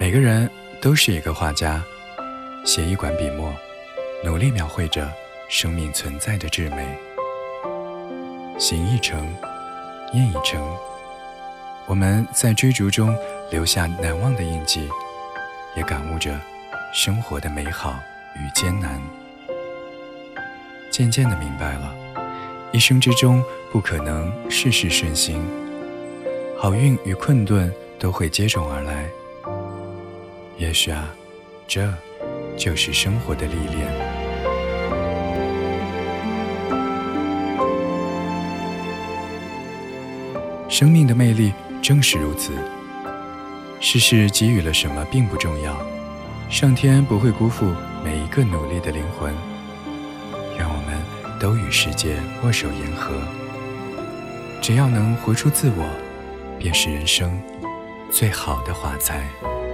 每个人都是一个画家，携一管笔墨，努力描绘着生命存在的至美。行一程，念一程，我们在追逐中留下难忘的印记，也感悟着生活的美好与艰难。渐渐地明白了，一生之中不可能事事顺心，好运与困顿都会接踵而来。也许啊，这就是生活的历练。生命的魅力正是如此，世事给予了什么并不重要，上天不会辜负每一个努力的灵魂。让我们都与世界握手言和，只要能活出自我，便是人生最好的华彩。